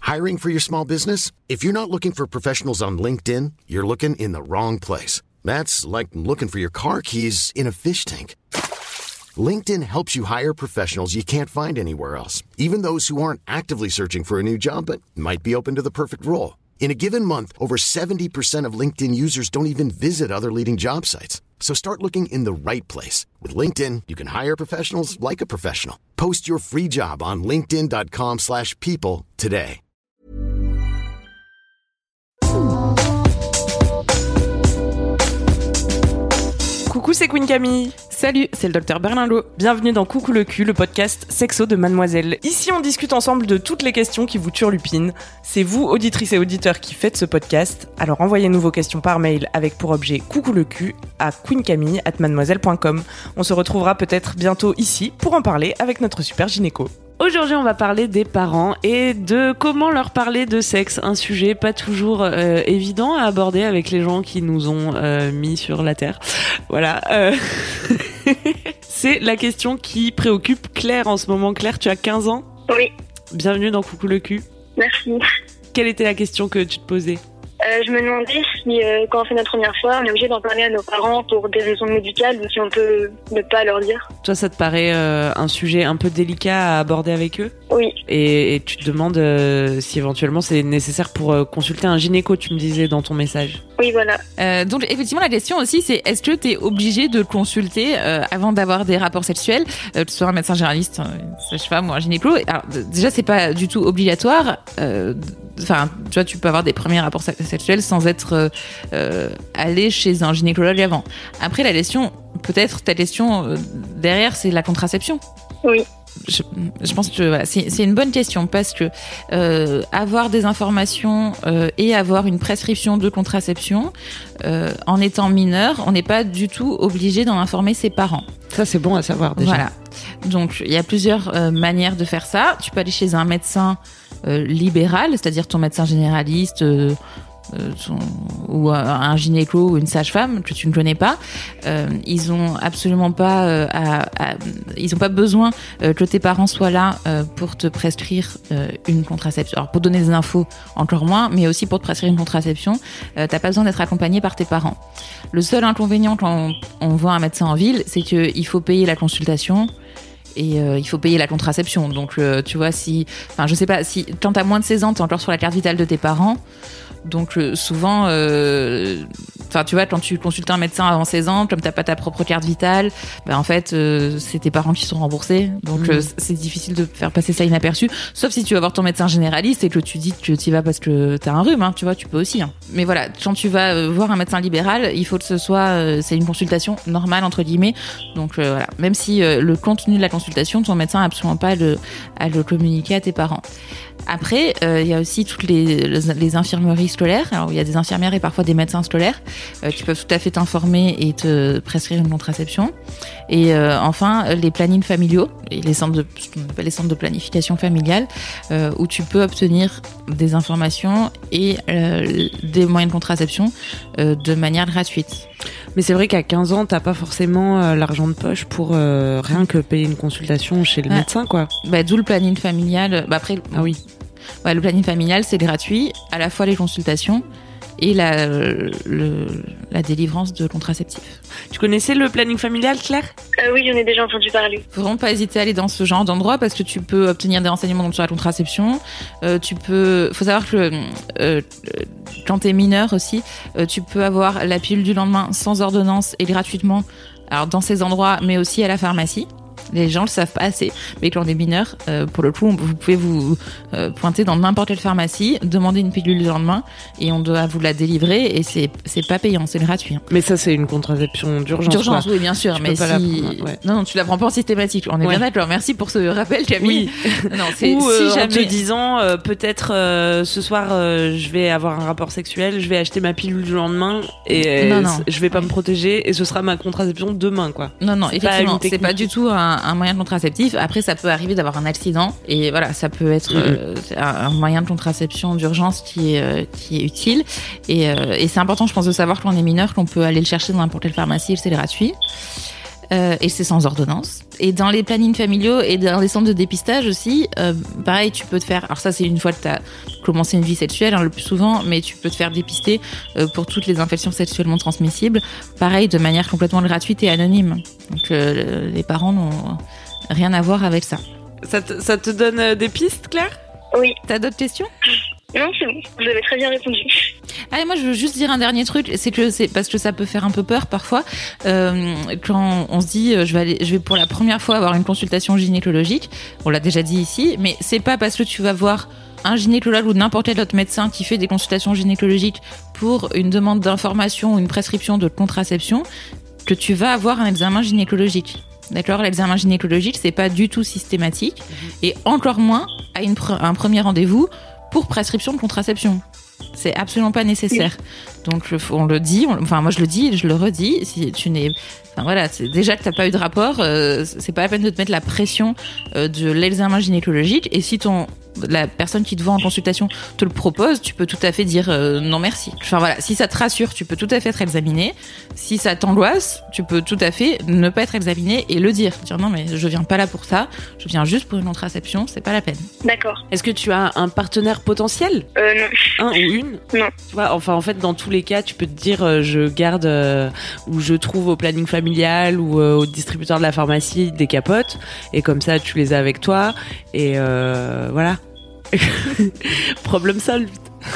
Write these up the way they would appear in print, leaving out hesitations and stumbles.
Hiring for your small business? If you're not looking for professionals on LinkedIn, you're looking in the wrong place. That's like looking for your car keys in a fish tank. LinkedIn helps you hire professionals you can't find anywhere else, even those who aren't actively searching for a new job but might be open to the perfect role. In a given month, over 70% of LinkedIn users don't even visit other leading job sites. So start looking in the right place. With LinkedIn, you can hire professionals like a professional. Post your free job on linkedin.com/people today. Coucou, c'est Queen Camille. Salut, c'est le docteur Berlinlot. Bienvenue dans Coucou le cul, le podcast sexo de Mademoiselle. Ici, on discute ensemble de toutes les questions qui vous turlupinent. C'est vous, auditrices et auditeurs, qui faites ce podcast. Alors envoyez-nous vos questions par mail avec pour objet Coucou le cul à queencamille@mademoiselle.com. On se retrouvera peut-être bientôt ici pour en parler avec notre super gynéco. Aujourd'hui, on va parler des parents et de comment leur parler de sexe. Un sujet pas toujours évident à aborder avec les gens qui nous ont mis sur la terre. Voilà. C'est la question qui préoccupe Claire en ce moment. Claire, tu as 15 ans ? Oui. Bienvenue dans Coucou le cul. Merci. Quelle était la question que tu te posais ? Je me demandais si, quand on fait notre première fois, on est obligé d'en parler à nos parents pour des raisons médicales ou si on peut ne pas leur dire. Toi, ça te paraît un sujet un peu délicat à aborder avec eux ? Oui. Et tu te demandes si éventuellement c'est nécessaire pour consulter un gynéco, tu me disais dans ton message. Oui, voilà. Donc effectivement, la question aussi, c'est est-ce que tu es obligé de le consulter avant d'avoir des rapports sexuels, que ce soit un médecin généraliste, une sage-femme ou un gynéco. Alors déjà, c'est pas du tout obligatoire. Enfin, tu vois, tu peux avoir des premiers rapports sexuels sans être allé chez un gynécologue avant. Après, la question, peut-être ta question derrière, c'est la contraception. Oui. Je pense que voilà, c'est une bonne question parce que avoir des informations et avoir une prescription de contraception en étant mineur, on n'est pas du tout obligé d'en informer ses parents. Ça, c'est bon à savoir déjà. Voilà. Donc, il y a plusieurs manières de faire ça. Tu peux aller chez un médecin libéral, c'est-à-dire ton médecin généraliste ou un gynéco ou une sage-femme que tu ne connais pas. Ils ont absolument pas ils ont pas besoin que tes parents soient là pour te prescrire une contraception. Alors pour donner des infos encore moins, mais aussi pour te prescrire une contraception, t'as pas besoin d'être accompagné par tes parents. Le seul inconvénient quand on voit un médecin en ville, c'est que il faut payer la consultation. Et il faut payer la contraception. Donc, tu vois, je sais pas, si quand t'as moins de 16 ans, t'es encore sur la carte vitale de tes parents. Donc, souvent, tu vois, quand tu consultes un médecin avant 16 ans, comme t'as pas ta propre carte vitale, en fait, c'est tes parents qui sont remboursés. Donc, c'est difficile de faire passer ça inaperçu. Sauf si tu vas voir ton médecin généraliste et que tu dis que tu y vas parce que t'as un rhume, hein, tu vois, tu peux aussi. Hein. Mais voilà, quand tu vas voir un médecin libéral, il faut que ce soit, c'est une consultation normale, entre guillemets. Donc, voilà. Même si le contenu de la consultation, ton médecin n'a absolument pas à le communiquer à tes parents. Après, il y a aussi toutes les infirmeries scolaires. Alors, il y a des infirmières et parfois des médecins scolaires qui peuvent tout à fait t'informer et te prescrire une contraception. Et enfin, les plannings familiaux, et ce qu'on appelle les centres de planification familiale, où tu peux obtenir des informations et des moyens de contraception de manière gratuite. Mais c'est vrai qu'à 15 ans, t'as pas forcément l'argent de poche pour rien que payer une consultation chez le médecin, quoi. D'où le planning familial. Après, ah oui. Ouais, le planning familial, c'est gratuit, à la fois les consultations et la délivrance de contraceptifs. Tu connaissais le planning familial, Claire ? Oui, j'en ai déjà entendu parler. Faut vraiment pas hésiter à aller dans ce genre d'endroit parce que tu peux obtenir des renseignements sur la contraception. Faut savoir que quand t'es mineur aussi, tu peux avoir la pilule du lendemain sans ordonnance et gratuitement. Alors dans ces endroits, mais aussi à la pharmacie. Les gens le savent pas assez, mais quand on est mineur, pour le coup, vous pouvez vous pointer dans n'importe quelle pharmacie, demander une pilule le lendemain, et on doit vous la délivrer, et c'est pas payant, c'est gratuit. Hein. Mais ça, c'est une contraception d'urgence. D'urgence, quoi. Oui, bien sûr, mais ouais. Non, tu la prends pas en systématique. On est bien d'accord. Merci pour ce rappel, Camille. Oui. Non, Ou si jamais... en te disant, peut-être ce soir, je vais avoir un rapport sexuel, je vais acheter ma pilule du lendemain, et je vais pas me protéger, et ce sera ma contraception demain, quoi. Non, effectivement, c'est pas du tout un moyen de contraceptif. Après, ça peut arriver d'avoir un accident et voilà, ça peut être un moyen de contraception d'urgence qui est utile et c'est important, je pense, de savoir quand on est mineur qu'on peut aller le chercher dans n'importe quelle pharmacie et c'est gratuit. et c'est sans ordonnance. Et dans les plannings familiaux et dans les centres de dépistage aussi, pareil, tu peux te faire... Alors ça, c'est une fois que tu as commencé une vie sexuelle, le plus souvent, mais tu peux te faire dépister pour toutes les infections sexuellement transmissibles, pareil, de manière complètement gratuite et anonyme. Donc les parents n'ont rien à voir avec ça. Ça te donne des pistes, Claire ? Oui. T'as d'autres questions ? Non, c'est bon. Vous avez très bien répondu. Ah, et moi, je veux juste dire un dernier truc. C'est parce que ça peut faire un peu peur parfois. Quand on se dit, je vais pour la première fois avoir une consultation gynécologique. On l'a déjà dit ici, mais c'est pas parce que tu vas voir un gynécologue ou n'importe quel autre médecin qui fait des consultations gynécologiques pour une demande d'information ou une prescription de contraception que tu vas avoir un examen gynécologique. D'accord, l'examen gynécologique, c'est pas du tout systématique et encore moins à un premier rendez-vous pour prescription de contraception. C'est absolument pas nécessaire. Donc on le dit, moi je le dis et je le redis, si tu n'es... Enfin voilà, c'est déjà que t'as pas eu de rapport, c'est pas la peine de te mettre la pression de l'examen gynécologique et si la personne qui te voit en consultation te le propose, tu peux tout à fait dire non merci. Enfin voilà, si ça te rassure, tu peux tout à fait être examiné. Si ça t'angoisse, tu peux tout à fait ne pas être examiné et le dire. Dire non mais je viens pas là pour ça, je viens juste pour une contraception, c'est pas la peine. D'accord. Est-ce que tu as un partenaire potentiel ? Non. Un ou une ? Non. Tu vois, enfin en fait dans tous les cas, tu peux te dire je garde ou je trouve au planning familial ou au distributeur de la pharmacie des capotes et comme ça tu les as avec toi et voilà. Problème solved.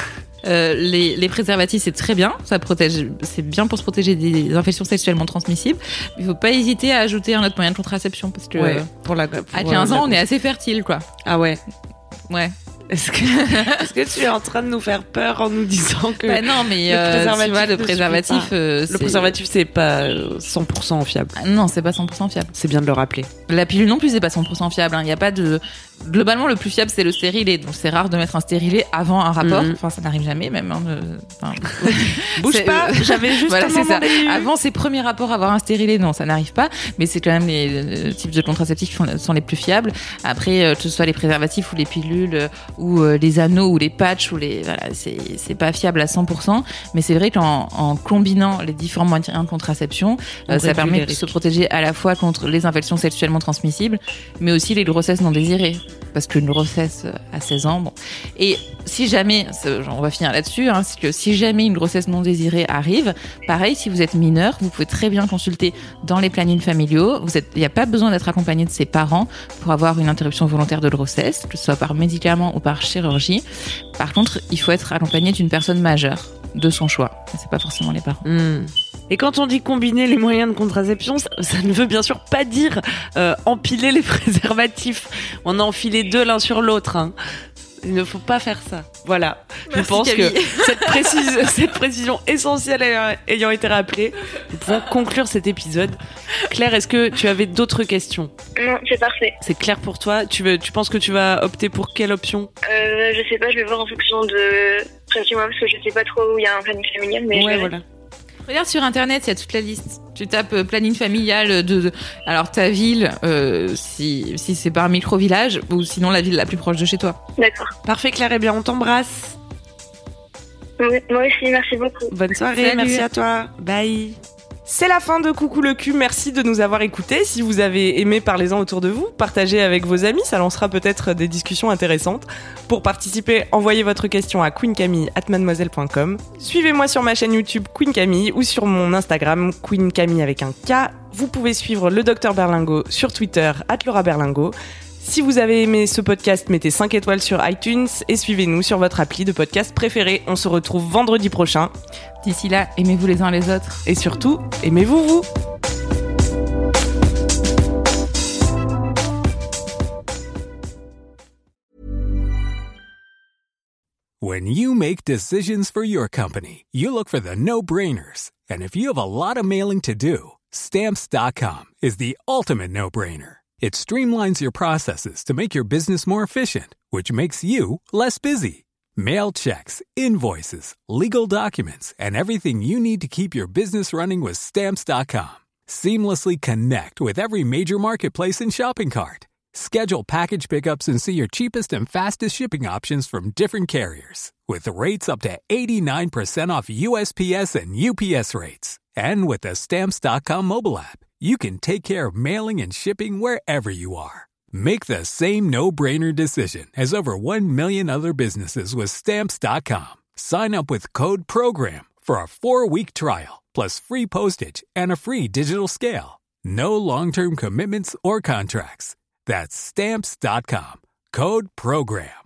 Les préservatifs c'est très bien, ça protège, c'est bien pour se protéger des infections sexuellement transmissibles. Il faut pas hésiter à ajouter un autre moyen de contraception parce que à 15 ans on est assez fertile quoi. Ah ouais. Ouais. Est-ce que tu es en train de nous faire peur en nous disant que non mais le préservatif le préservatif c'est pas 100% fiable. Non, c'est pas 100% fiable. C'est bien de le rappeler. La pilule non plus c'est pas 100% fiable, il y a pas de globalement le plus fiable c'est le stérilet. Donc c'est rare de mettre un stérilet avant un rapport, enfin ça n'arrive jamais même bouge pas, j'avais juste voilà, c'est ça. Avant ses premiers rapports avoir un stérilet, non, ça n'arrive pas, mais c'est quand même les types de contraceptifs qui sont les plus fiables. Après que ce soit les préservatifs ou les pilules ou les anneaux ou les patchs ou c'est pas fiable à 100%, mais c'est vrai qu'en combinant les différents moyens de contraception, ça permet de se protéger à la fois contre les infections sexuellement transmissibles, mais aussi les grossesses non désirées. Parce qu'une grossesse à 16 ans, bon. Et si jamais, on va finir là-dessus, c'est que si jamais une grossesse non désirée arrive, pareil, si vous êtes mineur, vous pouvez très bien consulter dans les plannings familiaux. Il n'y a pas besoin d'être accompagné de ses parents pour avoir une interruption volontaire de grossesse, que ce soit par médicament ou par chirurgie. Par contre, il faut être accompagné d'une personne majeure de son choix. C'est pas forcément les parents. Et quand on dit combiner les moyens de contraception, ça ne veut bien sûr pas dire empiler les préservatifs. On a enfilé deux l'un sur l'autre. Il ne faut pas faire ça. Voilà. Merci, je pense Camille. Que cette précision essentielle ayant été rappelée, nous pouvons conclure cet épisode. Claire, est-ce que tu avais d'autres questions ? Non, c'est parfait. C'est clair pour toi ? Tu penses que tu vas opter pour quelle option ? Je sais pas, je vais voir en fonction de... parce que je sais pas trop où il y a un planning familial, mais ouais, voilà. Regarde sur internet, il y a toute la liste. Tu tapes planning familial alors ta ville, si c'est par micro-village, ou sinon la ville la plus proche de chez toi. D'accord. Parfait Claire, eh bien on t'embrasse. Oui, moi aussi, merci beaucoup. Bonne soirée, Salut. merci à toi. Bye. C'est la fin de Coucou le cul, merci de nous avoir écoutés. Si vous avez aimé, parlez-en autour de vous, partagez avec vos amis, ça lancera peut-être des discussions intéressantes. Pour participer, envoyez votre question à queencamille@mademoiselle.com. Suivez-moi sur ma chaîne YouTube Queen Camille ou sur mon Instagram Queen Camille avec un K. Vous pouvez suivre le Dr Berlingo sur Twitter @LauraBerlingo. Si vous avez aimé ce podcast, mettez 5 étoiles sur iTunes et suivez-nous sur votre appli de podcast préféré. On se retrouve vendredi prochain. D'ici là, aimez-vous les uns les autres. Et surtout, aimez-vous vous. When you make decisions for your company, you look for the no-brainers. And if you have a lot of mailing to do, Stamps.com is the ultimate no-brainer. It streamlines your processes to make your business more efficient, which makes you less busy. Mail checks, invoices, legal documents, and everything you need to keep your business running with Stamps.com. Seamlessly connect with every major marketplace and shopping cart. Schedule package pickups and see your cheapest and fastest shipping options from different carriers. With rates up to 89% off USPS and UPS rates. And with the Stamps.com mobile app, you can take care of mailing and shipping wherever you are. Make the same no-brainer decision as over 1 million other businesses with Stamps.com. Sign up with code PROGRAM for a 4-week trial, plus free postage and a free digital scale. No long-term commitments or contracts. That's Stamps.com. Code PROGRAM.